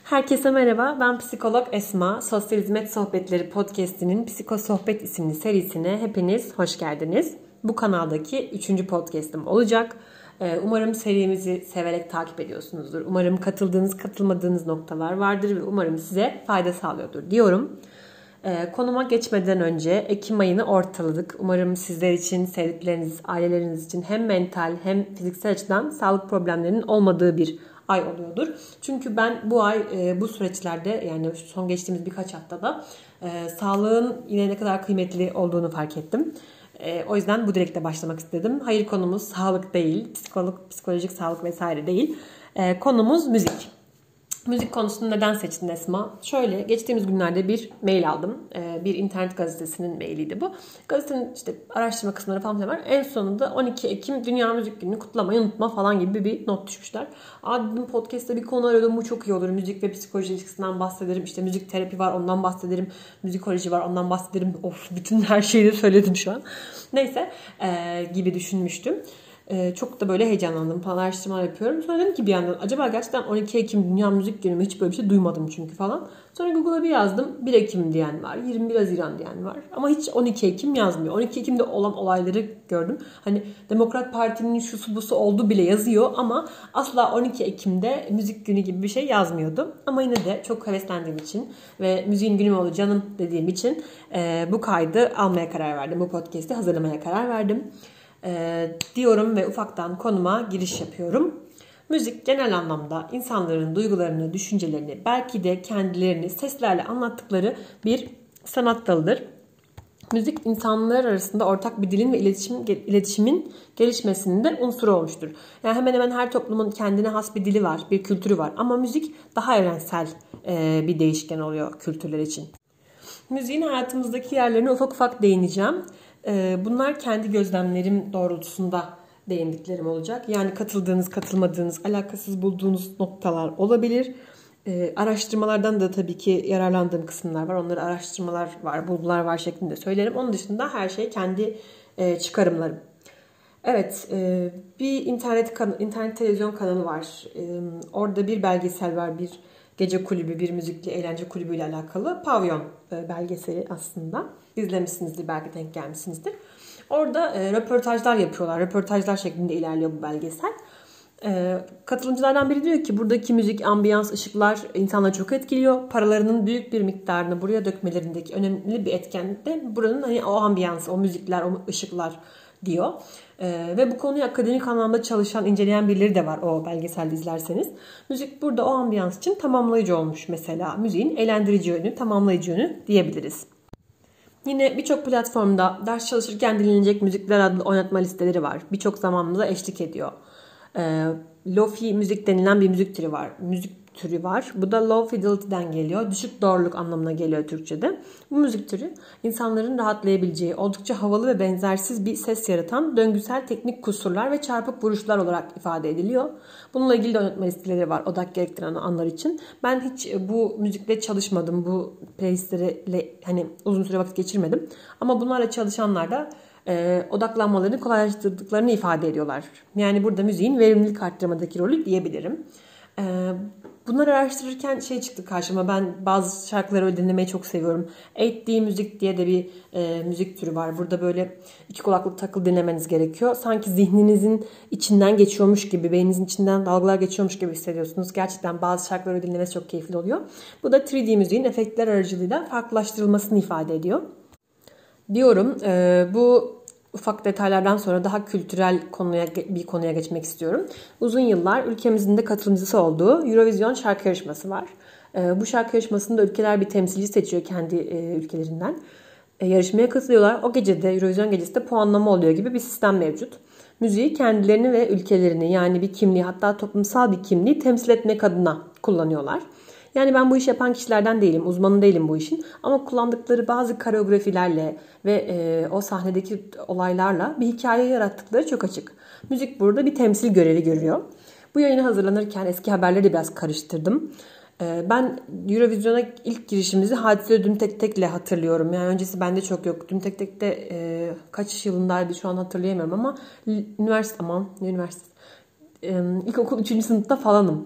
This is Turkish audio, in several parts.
Herkese merhaba, ben psikolog Esma. Sosyal Hizmet Sohbetleri Podcast'inin Psikosohbet isimli serisine hepiniz hoş geldiniz. Bu kanaldaki 3. podcast'im olacak. Umarım serimizi severek takip ediyorsunuzdur. Umarım katıldığınız, katılmadığınız noktalar vardır ve umarım size fayda sağlıyordur diyorum. Konuma geçmeden önce Ekim ayını ortaladık. Umarım sizler için, sevdikleriniz, aileleriniz için hem mental hem fiziksel açıdan sağlık problemlerinin olmadığı bir ay oluyordur. Çünkü ben bu ay bu süreçlerde yani son geçtiğimiz birkaç haftada sağlığın yine ne kadar kıymetli olduğunu fark ettim. O yüzden bu dilekle başlamak istedim. Hayır, konumuz sağlık değil, psikolojik sağlık vesaire değil. Konumuz müzik. Müzik konusunu neden seçtin Esma? Şöyle, geçtiğimiz günlerde bir mail aldım. Bir internet gazetesinin mailiydi bu. Gazetenin işte araştırma kısımları falan var. En sonunda 12 Ekim Dünya Müzik Günü'nü kutlamayı unutma falan gibi bir not düşmüşler. Dedim podcast'te bir konu arıyordum, bu çok iyi olur. Müzik ve psikoloji ilişkisinden bahsederim. İşte müzik terapi var, ondan bahsederim. Müzikoloji var, ondan bahsederim. Bütün her şeyi de söyledim şu an. Neyse gibi düşünmüştüm. Çok da böyle heyecanlandım falan, araştırmalar yapıyorum. Sonra dedim ki bir yandan acaba gerçekten 12 Ekim Dünya Müzik Günü mü? Hiç böyle bir şey duymadım çünkü falan. Sonra Google'a bir yazdım. 1 Ekim diyen var. 21 Haziran diyen var. Ama hiç 12 Ekim yazmıyor. 12 Ekim'de olan olayları gördüm. Hani Demokrat Parti'nin şusu busu oldu bile yazıyor ama asla 12 Ekim'de müzik günü gibi bir şey yazmıyordu. Ama yine de çok heveslendiğim için ve müziğin günü oldu canım dediğim için bu kaydı almaya karar verdim. Bu podcast'i hazırlamaya karar verdim. Diyorum ve ufaktan konuma giriş yapıyorum. Müzik genel anlamda insanların duygularını, düşüncelerini, belki de kendilerini seslerle anlattıkları bir sanat dalıdır. Müzik insanlar arasında ortak bir dilin ve iletişimin gelişmesinde unsur olmuştur. Yani hemen hemen her toplumun kendine has bir dili var, bir kültürü var. Ama müzik daha evrensel bir değişken oluyor kültürler için. Müziğin hayatımızdaki yerlerine ufak ufak değineceğim. Bunlar kendi gözlemlerim doğrultusunda değindiklerim olacak. Yani katıldığınız, katılmadığınız, alakasız bulduğunuz noktalar olabilir. Araştırmalardan da tabii ki yararlandığım kısımlar var. Onları araştırmalar var, bulgular var şeklinde söylerim. Onun dışında her şey kendi çıkarımlarım. Evet, bir internet televizyon kanalı var. Orada bir belgesel var, bir gece kulübü, bir müzikli eğlence kulübüyle alakalı. Pavyon belgeseli aslında. İzlemişsinizdir, belki denk gelmişsinizdir. Orada röportajlar yapıyorlar. Röportajlar şeklinde ilerliyor bu belgesel. Katılımcılardan biri diyor ki buradaki müzik, ambiyans, ışıklar insanları çok etkiliyor. Paralarının büyük bir miktarını buraya dökmelerindeki önemli bir etken de buranın hani o ambiyans, o müzikler, o ışıklar diyor. Ve bu konuyu akademik anlamda çalışan, inceleyen birileri de var o belgeselde izlerseniz. Müzik burada o ambiyans için tamamlayıcı olmuş mesela. Müziğin eğlendirici yönü, tamamlayıcı yönü diyebiliriz. Yine birçok platformda ders çalışırken dinlenecek müzikler adlı oynatma listeleri var. Birçok zamanla eşlik ediyor. Lofi müzik denilen bir müzik türü var. Bu da low fidelity'den geliyor. Düşük doğruluk anlamına geliyor Türkçe'de. Bu müzik türü insanların rahatlayabileceği, oldukça havalı ve benzersiz bir ses yaratan döngüsel teknik kusurlar ve çarpık vuruşlar olarak ifade ediliyor. Bununla ilgili de oynatma listeleri var odak gerektiren anlar için. Ben hiç bu müzikle çalışmadım. Bu playlistlerle hani uzun süre vakit geçirmedim. Ama bunlarla çalışanlar da odaklanmalarını kolaylaştırdıklarını ifade ediyorlar. Yani burada müziğin verimlilik arttırmadaki rolü diyebilirim. Bunları araştırırken çıktı karşıma. Ben bazı şarkıları dinlemeyi çok seviyorum. 8D müzik diye de bir müzik türü var. Burada böyle iki kulaklık takılı dinlemeniz gerekiyor. Sanki zihninizin içinden geçiyormuş gibi, beyninizin içinden dalgalar geçiyormuş gibi hissediyorsunuz. Gerçekten bazı şarkıları dinlemesi çok keyifli oluyor. Bu da 3D müziğin efektler aracılığıyla farklılaştırılmasını ifade ediyor. Diyorum. Bu ufak detaylardan sonra daha kültürel bir konuya geçmek istiyorum. Uzun yıllar ülkemizin de katılımcısı olduğu Eurovision şarkı yarışması var. Bu şarkı yarışmasında ülkeler bir temsilci seçiyor kendi ülkelerinden. Yarışmaya katılıyorlar. O gecede, Eurovision gecesi de puanlama oluyor gibi bir sistem mevcut. Müziği kendilerini ve ülkelerini, yani bir kimliği, hatta toplumsal bir kimliği temsil etmek adına kullanıyorlar. Yani ben bu işi yapan kişilerden değilim, uzmanı değilim bu işin. Ama kullandıkları bazı koreografilerle ve o sahnedeki olaylarla bir hikaye yarattıkları çok açık. Müzik burada bir temsil görevi görüyor. Bu yayına hazırlanırken eski haberleri de biraz karıştırdım. Ben Eurovision'a ilk girişimizi Hadise Ödüm Tek Tek'le hatırlıyorum. Yani öncesi bende çok yok. Düm Tek Tek'te kaç yılındaydı şu an hatırlayamıyorum ama üniversite, ilkokul 3. sınıfta falanım.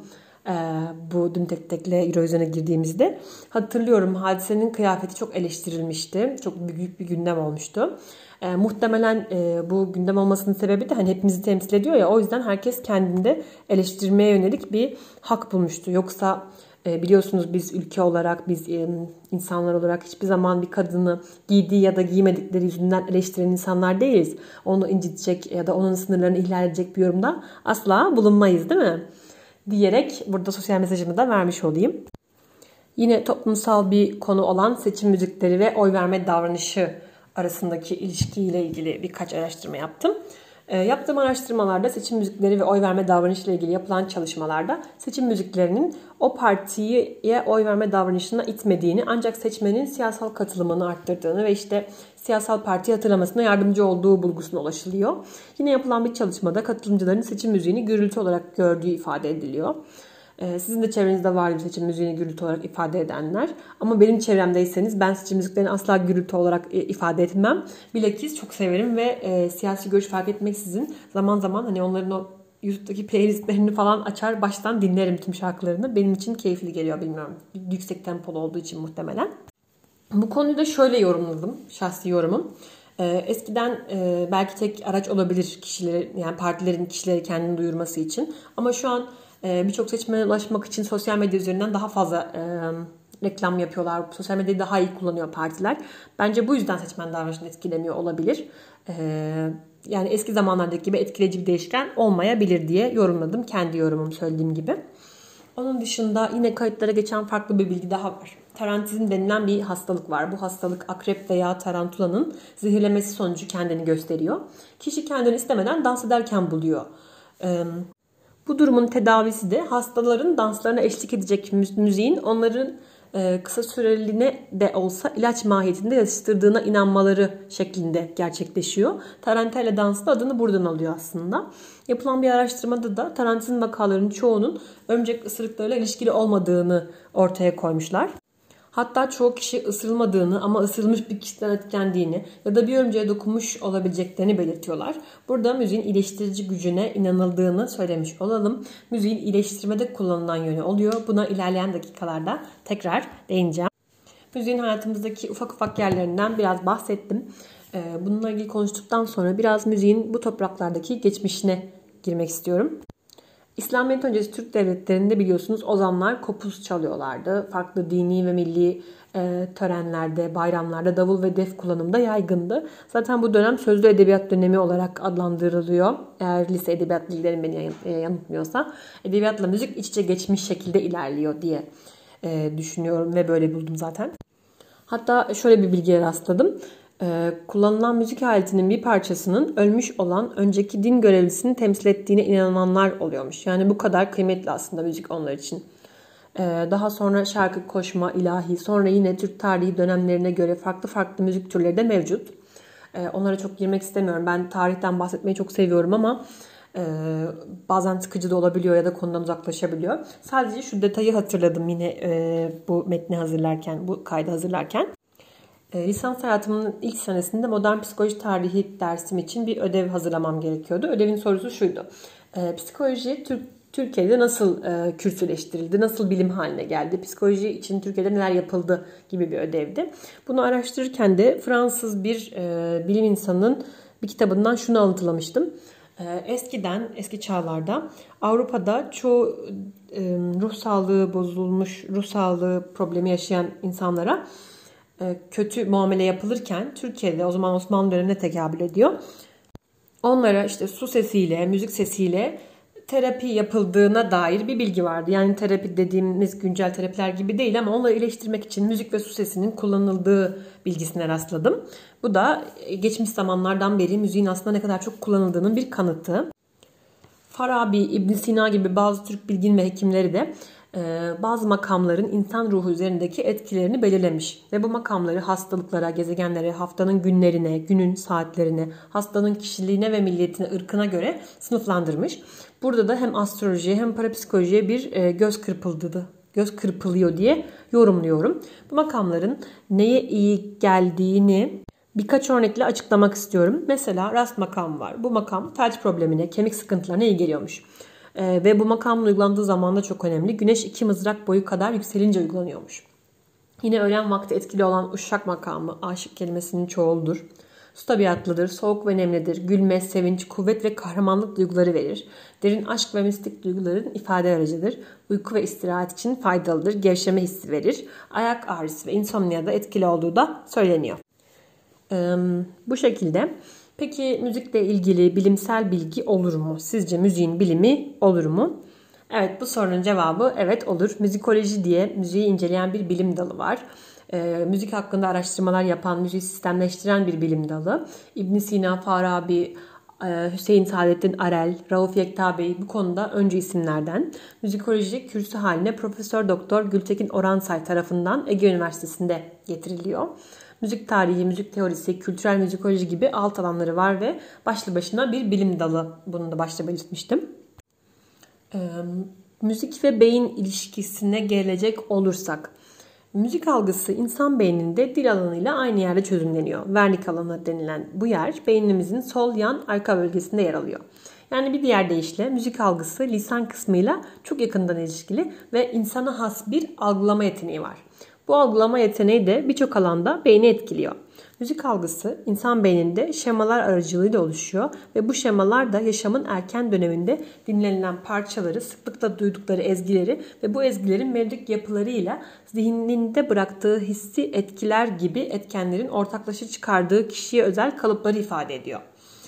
bu Dün Tek Tek'le Eurovision'a girdiğimizde. Hatırlıyorum, Hadise'nin kıyafeti çok eleştirilmişti. Çok büyük bir gündem olmuştu. Muhtemelen bu gündem olmasının sebebi de hani hepimizi temsil ediyor ya, o yüzden herkes kendinde eleştirmeye yönelik bir hak bulmuştu. Yoksa biliyorsunuz biz ülke olarak, biz insanlar olarak hiçbir zaman bir kadını giydiği ya da giymedikleri yüzünden eleştiren insanlar değiliz. Onu incitecek ya da onun sınırlarını ihlal edecek bir yorumda asla bulunmayız, değil mi? Diyerek burada sosyal mesajımı da vermiş olayım. Yine toplumsal bir konu olan seçim müzikleri ve oy verme davranışı arasındaki ilişkiyle ilgili birkaç araştırma yaptım. Yaptığım araştırmalarda seçim müzikleri ve oy verme davranışıyla ilgili yapılan çalışmalarda seçim müziklerinin o partiye oy verme davranışına itmediğini, ancak seçmenin siyasal katılımını arttırdığını ve işte siyasal partiyi hatırlamasına yardımcı olduğu bulgusuna ulaşılıyor. Yine yapılan bir çalışmada katılımcıların seçim müziğini gürültü olarak gördüğü ifade ediliyor. Sizin de çevrenizde var bir seçim müziğini gürültü olarak ifade edenler. Ama benim çevremdeyseniz ben seçim müziklerini asla gürültü olarak ifade etmem. Bilakis çok severim ve siyasi görüş fark etmeksizin zaman zaman hani onların o YouTube'daki playlistlerini falan açar, baştan dinlerim tüm şarkılarını. Benim için keyifli geliyor, bilmiyorum. Yüksek tempolu olduğu için muhtemelen. Bu konuyu da şöyle yorumladım, şahsi yorumum. Eskiden belki tek araç olabilir kişileri, yani partilerin kişileri kendini duyurması için. Ama şu an birçok seçmene ulaşmak için sosyal medya üzerinden daha fazla reklam yapıyorlar. Sosyal medyayı daha iyi kullanıyor partiler. Bence bu yüzden seçmen davranışını etkilemiyor olabilir. Yani eski zamanlardaki gibi etkileyici bir değişken olmayabilir diye yorumladım. Kendi yorumum, söylediğim gibi. Onun dışında yine kayıtlara geçen farklı bir bilgi daha var. Tarantizm denilen bir hastalık var. Bu hastalık akrep veya tarantulanın zehirlemesi sonucu kendini gösteriyor. Kişi kendini istemeden dans ederken buluyor. Bu durumun tedavisi de hastaların danslarına eşlik edecek müziğin onların kısa süreliğine de olsa ilaç mahiyetinde yatıştırdığına inanmaları şeklinde gerçekleşiyor. Tarantella dansı da adını buradan alıyor aslında. Yapılan bir araştırmada da tarantizm vakalarının çoğunun örümcek ısırıklarıyla ilişkili olmadığını ortaya koymuşlar. Hatta çoğu kişi ısırılmadığını ama ısırılmış bir kişiden etkilendiğini ya da bir örümceğe dokunmuş olabileceklerini belirtiyorlar. Burada müziğin iyileştirici gücüne inanıldığını söylemiş olalım. Müziğin iyileştirmede kullanılan yönü oluyor. Buna ilerleyen dakikalarda tekrar değineceğim. Müziğin hayatımızdaki ufak ufak yerlerinden biraz bahsettim. Bununla ilgili konuştuktan sonra biraz müziğin bu topraklardaki geçmişine girmek istiyorum. İslamiyet öncesi Türk devletlerinde biliyorsunuz ozanlar kopuz çalıyorlardı. Farklı dini ve milli törenlerde, bayramlarda davul ve def kullanımda yaygındı. Zaten bu dönem sözlü edebiyat dönemi olarak adlandırılıyor. Eğer lise edebiyat bilgilerim beni yanıltmıyorsa. Edebiyatla müzik iç içe geçmiş şekilde ilerliyor diye düşünüyorum ve böyle buldum zaten. Hatta şöyle bir bilgiye rastladım. Kullanılan müzik aletinin bir parçasının ölmüş olan önceki din görevlisini temsil ettiğine inananlar oluyormuş. Yani bu kadar kıymetli aslında müzik onlar için. Daha sonra şarkı, koşma, ilahi, sonra yine Türk tarihi dönemlerine göre farklı farklı müzik türleri de mevcut. Onlara çok girmek istemiyorum. Ben tarihten bahsetmeyi çok seviyorum ama bazen sıkıcı da olabiliyor ya da konudan uzaklaşabiliyor. Sadece şu detayı hatırladım yine bu metni hazırlarken, bu kaydı hazırlarken. Lisans hayatımın ilk senesinde modern psikoloji tarihi dersim için bir ödev hazırlamam gerekiyordu. Ödevin sorusu şuydu. Psikoloji Türkiye'de nasıl kürsüleştirildi, nasıl bilim haline geldi, psikoloji için Türkiye'de neler yapıldı gibi bir ödevdi. Bunu araştırırken de Fransız bir bilim insanının bir kitabından şunu alıntılamıştım. Eskiden, eski çağlarda Avrupa'da çoğu ruh sağlığı bozulmuş, ruh sağlığı problemi yaşayan insanlara kötü muamele yapılırken Türkiye'de, o zaman Osmanlı dönemine tekabül ediyor, onlara işte su sesiyle, müzik sesiyle terapi yapıldığına dair bir bilgi vardı. Yani terapi dediğimiz güncel terapiler gibi değil ama onları iyileştirmek için müzik ve su sesinin kullanıldığı bilgisine rastladım. Bu da geçmiş zamanlardan beri müziğin aslında ne kadar çok kullanıldığının bir kanıtı. Farabi, İbn Sina gibi bazı Türk bilgin ve hekimleri de bazı makamların insan ruhu üzerindeki etkilerini belirlemiş. Ve bu makamları hastalıklara, gezegenlere, haftanın günlerine, günün saatlerine, hastanın kişiliğine ve milliyetine, ırkına göre sınıflandırmış. Burada da hem astrolojiye hem parapsikolojiye bir göz kırpılıyor diye yorumluyorum. Bu makamların neye iyi geldiğini birkaç örnekle açıklamak istiyorum. Mesela rast makamı var. Bu makam felç problemine, kemik sıkıntılarına iyi geliyormuş. Ve bu makamın uygulandığı zaman da çok önemli. Güneş 2 mızrak boyu kadar yükselince uygulanıyormuş. Yine öğlen vakti etkili olan uşak makamı, aşık kelimesinin çoğuludur. Su tabiatlıdır, soğuk ve nemlidir. Gülme, sevinç, kuvvet ve kahramanlık duyguları verir. Derin aşk ve mistik duyguların ifade aracıdır. Uyku ve istirahat için faydalıdır. Gevşeme hissi verir. Ayak ağrısı ve insomniyada etkili olduğu da söyleniyor. Bu şekilde. Peki müzikle ilgili bilimsel bilgi olur mu? Sizce müziğin bilimi olur mu? Evet, bu sorunun cevabı evet olur. Müzikoloji diye müziği inceleyen bir bilim dalı var. Müzik hakkında araştırmalar yapan, müziği sistemleştiren bir bilim dalı. İbn Sina, Farabi, Hüseyin Saadettin Arel, Rauf Yekta Bey bu konuda öncü isimlerden. Müzikoloji kürsü haline Profesör Doktor Gültekin Oransay tarafından Ege Üniversitesi'nde getiriliyor. Müzik tarihi, müzik teorisi, kültürel müzikoloji gibi alt alanları var ve başlı başına bir bilim dalı. Bunu da başta belirtmiştim. Müzik ve beyin ilişkisine gelecek olursak, müzik algısı insan beyninde dil alanıyla aynı yerde çözümleniyor. Wernicke alanı denilen bu yer beynimizin sol yan arka bölgesinde yer alıyor. Yani bir diğer deyişle müzik algısı lisan kısmıyla çok yakından ilişkili ve insana has bir algılama yeteneği var. Bu algılama yeteneği de birçok alanda beyni etkiliyor. Müzik algısı insan beyninde şemalar aracılığıyla oluşuyor ve bu şemalar da yaşamın erken döneminde dinlenilen parçaları, sıklıkla duydukları ezgileri ve bu ezgilerin melodik yapılarıyla zihninde bıraktığı hissi etkiler gibi etkenlerin ortaklaşa çıkardığı kişiye özel kalıpları ifade ediyor.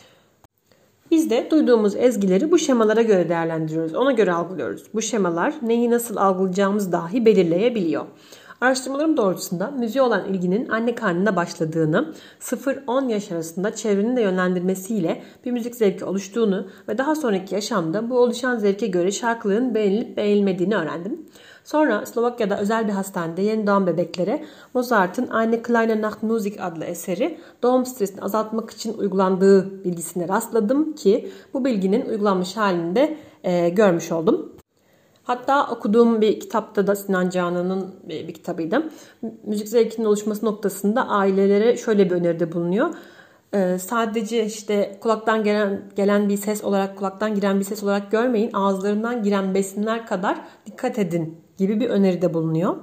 Biz de duyduğumuz ezgileri bu şemalara göre değerlendiriyoruz, ona göre algılıyoruz. Bu şemalar neyi nasıl algılayacağımız dahi belirleyebiliyor. Araştırmalarım doğrultusunda müziğe olan ilginin anne karnında başladığını, 0-10 yaş arasında çevrenin de yönlendirmesiyle bir müzik zevki oluştuğunu ve daha sonraki yaşamda bu oluşan zevke göre şarkıların beğenilip beğenilmediğini öğrendim. Sonra Slovakya'da özel bir hastanede yeni doğan bebeklere Mozart'ın Eine kleine Nachtmusik adlı eseri doğum stresini azaltmak için uygulandığı bilgisine rastladım ki bu bilginin uygulanmış halini de görmüş oldum. Hatta okuduğum bir kitapta da Sinan Canan'ın bir kitabıydı. Müzik zevkinin oluşması noktasında ailelere şöyle bir öneride bulunuyor. Sadece işte kulaktan gelen bir ses olarak, kulaktan giren bir ses olarak görmeyin. Ağızlarından giren besinler kadar dikkat edin gibi bir öneride bulunuyor.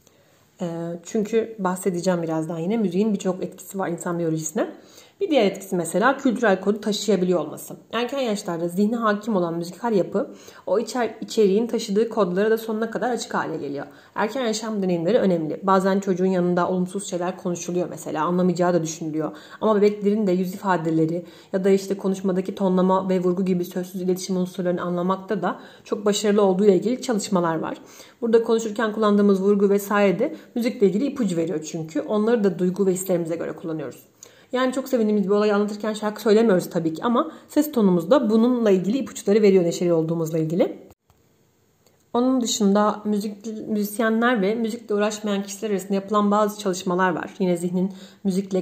Çünkü bahsedeceğim birazdan yine müziğin birçok etkisi var insan biyolojisine. Bir diğer etkisi mesela kültürel kodu taşıyabiliyor olması. Erken yaşlarda zihni hakim olan müzikal yapı o içeriğin taşıdığı kodlara da sonuna kadar açık hale geliyor. Erken yaşam deneyimleri önemli. Bazen çocuğun yanında olumsuz şeyler konuşuluyor mesela, anlamayacağı da düşünülüyor. Ama bebeklerin de yüz ifadeleri ya da işte konuşmadaki tonlama ve vurgu gibi sözsüz iletişim unsurlarını anlamakta da çok başarılı olduğu ile ilgili çalışmalar var. Burada konuşurken kullandığımız vurgu vesaire de müzikle ilgili ipucu veriyor çünkü. Onları da duygu ve hislerimize göre kullanıyoruz. Yani çok sevindiğimiz bir olayı anlatırken şarkı söylemiyoruz tabii ki ama ses tonumuz da bununla ilgili ipuçları veriyor neşeli olduğumuzla ilgili. Onun dışında müzisyenler ve müzikle uğraşmayan kişiler arasında yapılan bazı çalışmalar var. Yine zihnin müzikle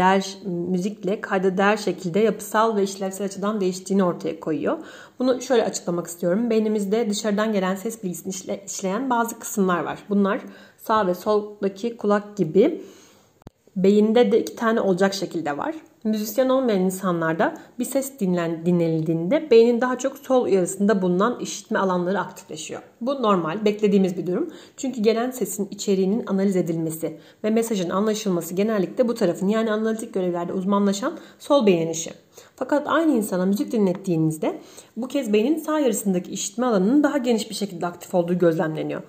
kayda değer şekilde yapısal ve işlevsel açıdan değiştiğini ortaya koyuyor. Bunu şöyle açıklamak istiyorum. Beynimizde dışarıdan gelen ses bilgisini işleyen bazı kısımlar var. Bunlar sağ ve soldaki kulak gibi. Beyinde de 2 tane olacak şekilde var. Müzisyen olmayan insanlarda bir ses dinlenildiğinde beynin daha çok sol uyarısında bulunan işitme alanları aktifleşiyor. Bu normal, beklediğimiz bir durum. Çünkü gelen sesin içeriğinin analiz edilmesi ve mesajın anlaşılması genellikle bu tarafın yani analitik görevlerde uzmanlaşan sol beynin işi. Fakat aynı insana müzik dinlettiğinizde bu kez beynin sağ yarısındaki işitme alanının daha geniş bir şekilde aktif olduğu gözlemleniyor.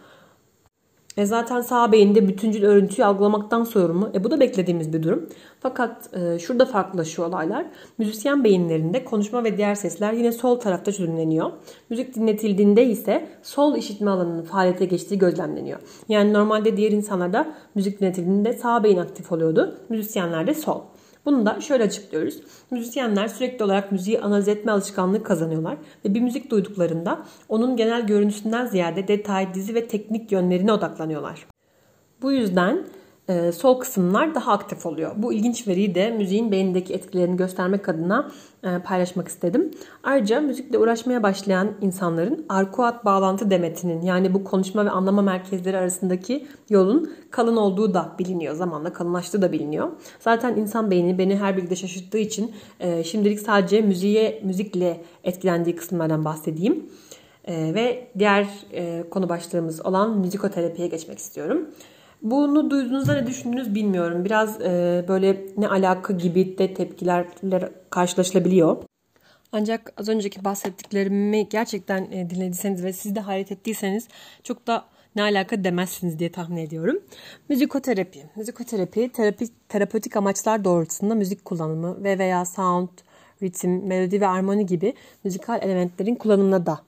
Zaten sağ beyinde bütüncül örüntüyü algılamaktan sorumlu. Bu da beklediğimiz bir durum. Fakat şurada farklılaşıyor olaylar. Müzisyen beyinlerinde konuşma ve diğer sesler yine sol tarafta çözümleniyor. Müzik dinletildiğinde ise sol işitme alanının faaliyete geçtiği gözlemleniyor. Yani normalde diğer insanlarda müzik dinletildiğinde sağ beyin aktif oluyordu. Müzisyenlerde sol. Bunu da şöyle açıklıyoruz. Müzisyenler sürekli olarak müziği analiz etme alışkanlığı kazanıyorlar ve bir müzik duyduklarında onun genel görüntüsünden ziyade detay, dizi ve teknik yönlerine odaklanıyorlar. Bu yüzden sol kısımlar daha aktif oluyor. Bu ilginç veriyi de müziğin beyindeki etkilerini göstermek adına paylaşmak istedim. Ayrıca müzikle uğraşmaya başlayan insanların arkuat bağlantı demetinin yani bu konuşma ve anlama merkezleri arasındaki yolun kalın olduğu da biliniyor. Zamanla kalınlaştığı da biliniyor. Zaten insan beyni beni her bilgide şaşırttığı için şimdilik sadece müzikle etkilendiği kısımlardan bahsedeyim. Ve diğer konu başlığımız olan müzikoterapiye geçmek istiyorum. Bunu duyduğunuzda ne düşündünüz bilmiyorum. Biraz böyle ne alaka gibi de tepkilerle karşılaşılabiliyor. Ancak az önceki bahsettiklerimi gerçekten dinlediyseniz ve siz de hayret ettiyseniz çok da ne alaka demezsiniz diye tahmin ediyorum. Müzikoterapi. Müzikoterapi, terapötik amaçlar doğrultusunda müzik kullanımı ve veya sound, ritim, melodi ve armoni gibi müzikal elementlerin kullanımına da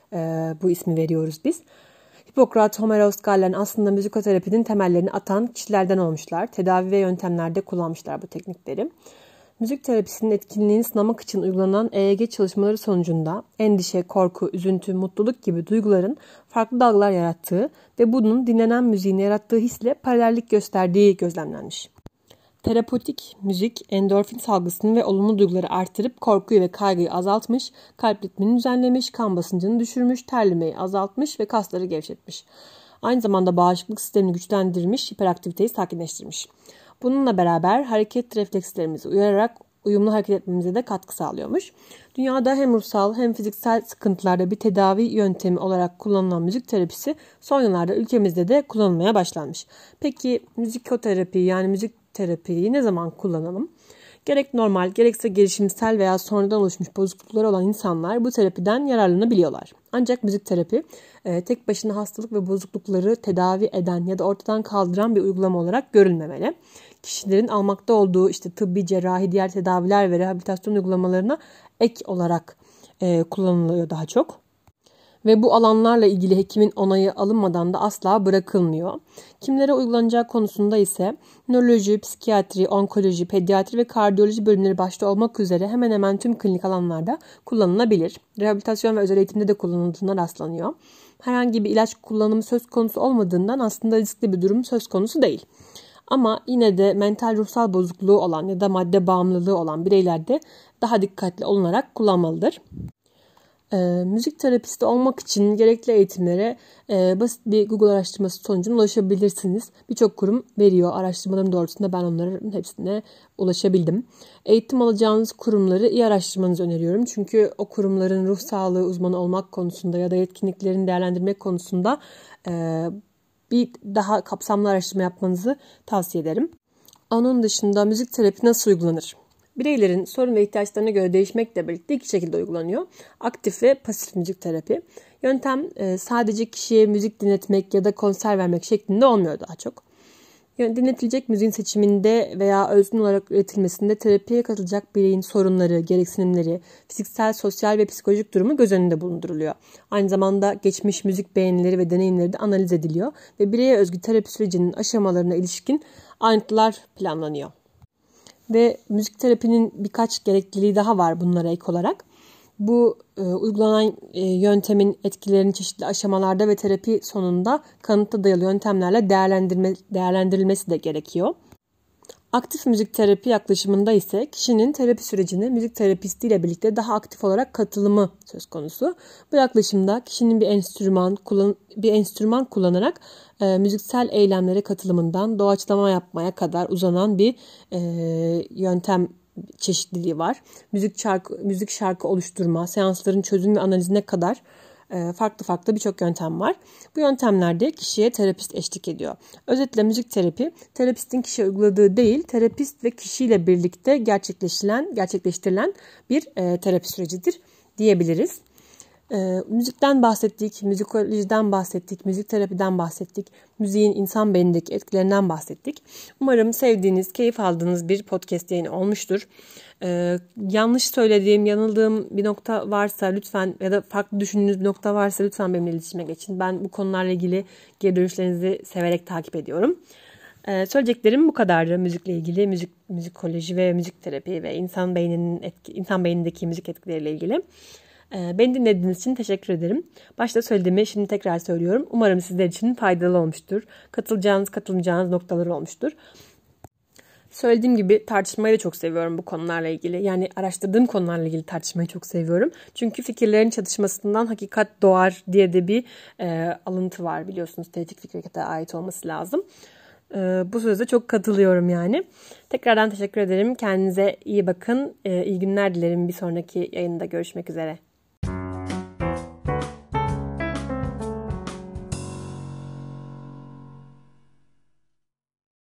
bu ismi veriyoruz biz. Hipokrat, Homeros, Galen aslında müzikoterapinin temellerini atan kişilerden olmuşlar. Tedavi ve yöntemlerde kullanmışlar bu teknikleri. Müzik terapisinin etkinliğini sınamak için uygulanan EEG çalışmaları sonucunda endişe, korku, üzüntü, mutluluk gibi duyguların farklı dalgalar yarattığı ve bunun dinlenen müziğin yarattığı hisle paralellik gösterdiği gözlemlenmiş. Terapötik müzik endorfin salgısını ve olumlu duyguları artırıp korkuyu ve kaygıyı azaltmış, kalp ritmini düzenlemiş, kan basıncını düşürmüş, terlemeyi azaltmış ve kasları gevşetmiş. Aynı zamanda bağışıklık sistemini güçlendirmiş, hiperaktiviteyi sakinleştirmiş. Bununla beraber hareket reflekslerimizi uyararak uyumlu hareket etmemize de katkı sağlıyormuş. Dünyada hem ruhsal hem fiziksel sıkıntılarda bir tedavi yöntemi olarak kullanılan müzik terapisi son yıllarda ülkemizde de kullanılmaya başlanmış. Peki müzikoterapi yani müzik terapiyi ne zaman kullanalım? Gerek normal gerekse gelişimsel veya sonradan oluşmuş bozuklukları olan insanlar bu terapiden yararlanabiliyorlar. Ancak müzik terapi tek başına hastalık ve bozuklukları tedavi eden ya da ortadan kaldıran bir uygulama olarak görülmemeli. Kişilerin almakta olduğu tıbbi, cerrahi, diğer tedaviler ve rehabilitasyon uygulamalarına ek olarak kullanılıyor daha çok. Ve bu alanlarla ilgili hekimin onayı alınmadan da asla bırakılmıyor. Kimlere uygulanacağı konusunda ise nöroloji, psikiyatri, onkoloji, pediatri ve kardiyoloji bölümleri başta olmak üzere hemen hemen tüm klinik alanlarda kullanılabilir. Rehabilitasyon ve özel eğitimde de kullanıldığına rastlanıyor. Herhangi bir ilaç kullanımı söz konusu olmadığından aslında riskli bir durum söz konusu değil. Ama yine de mental ruhsal bozukluğu olan ya da madde bağımlılığı olan bireylerde daha dikkatli olunarak kullanmalıdır. Müzik terapisti olmak için gerekli eğitimlere basit bir Google araştırması sonucunda ulaşabilirsiniz. Birçok kurum veriyor. Araştırmalarım doğrultusunda ben onların hepsine ulaşabildim. Eğitim alacağınız kurumları iyi araştırmanızı öneriyorum. Çünkü o kurumların ruh sağlığı uzmanı olmak konusunda ya da yetkinliklerini değerlendirmek konusunda bir daha kapsamlı araştırma yapmanızı tavsiye ederim. Onun dışında müzik terapi nasıl uygulanır? Bireylerin sorun ve ihtiyaçlarına göre değişmekle birlikte iki şekilde uygulanıyor. Aktif ve pasif müzik terapi. Yöntem sadece kişiye müzik dinletmek ya da konser vermek şeklinde olmuyor daha çok. Dinletilecek müziğin seçiminde veya özgün olarak üretilmesinde terapiye katılacak bireyin sorunları, gereksinimleri, fiziksel, sosyal ve psikolojik durumu göz önünde bulunduruluyor. Aynı zamanda geçmiş müzik beğenileri ve deneyimleri de analiz ediliyor ve bireye özgü terapi sürecinin aşamalarına ilişkin ayrıntılar planlanıyor. Ve müzik terapinin birkaç gerekliliği daha var bunlara ek olarak. Bu uygulanan yöntemin etkilerinin çeşitli aşamalarda ve terapi sonunda kanıta dayalı yöntemlerle değerlendirilmesi de gerekiyor. Aktif müzik terapi yaklaşımında ise kişinin terapi sürecine müzik terapistiyle birlikte daha aktif olarak katılımı söz konusu. Bu yaklaşımda kişinin bir enstrüman kullanarak müziksel eylemlere katılımından doğaçlama yapmaya kadar uzanan bir yöntem çeşitliliği var. Müzik şarkı oluşturma, seansların çözüm ve analizine kadar farklı birçok yöntem var. Bu yöntemlerde kişiye terapist eşlik ediyor. Özetle müzik terapi, terapistin kişiye uyguladığı değil, terapist ve kişiyle birlikte gerçekleştirilen bir terapi sürecidir diyebiliriz. Müzikten bahsettik, müzikolojiden bahsettik, müzik terapiden bahsettik, müziğin insan beynindeki etkilerinden bahsettik. Umarım sevdiğiniz, keyif aldığınız bir podcast yayını olmuştur. Yanlış söylediğim, yanıldığım bir nokta varsa lütfen ya da farklı düşündüğünüz bir nokta varsa lütfen benimle iletişime geçin. Ben bu konularla ilgili geri dönüşlerinizi severek takip ediyorum. Söyleyeceklerim bu kadardı müzikle ilgili, müzikoloji ve müzik terapi ve insan beynindeki müzik etkileriyle ilgili. Beni dinlediğiniz için teşekkür ederim. Başta söylediğimi şimdi tekrar söylüyorum. Umarım sizler için faydalı olmuştur. Katılmayacağınız noktalar olmuştur. Söylediğim gibi tartışmayı da çok seviyorum bu konularla ilgili. Yani araştırdığım konularla ilgili tartışmayı çok seviyorum. Çünkü fikirlerin çatışmasından hakikat doğar diye de bir alıntı var biliyorsunuz. Teoretik fikre ait olması lazım. Bu sözde çok katılıyorum yani. Tekrardan teşekkür ederim. Kendinize iyi bakın. İyi günler dilerim. Bir sonraki yayında görüşmek üzere.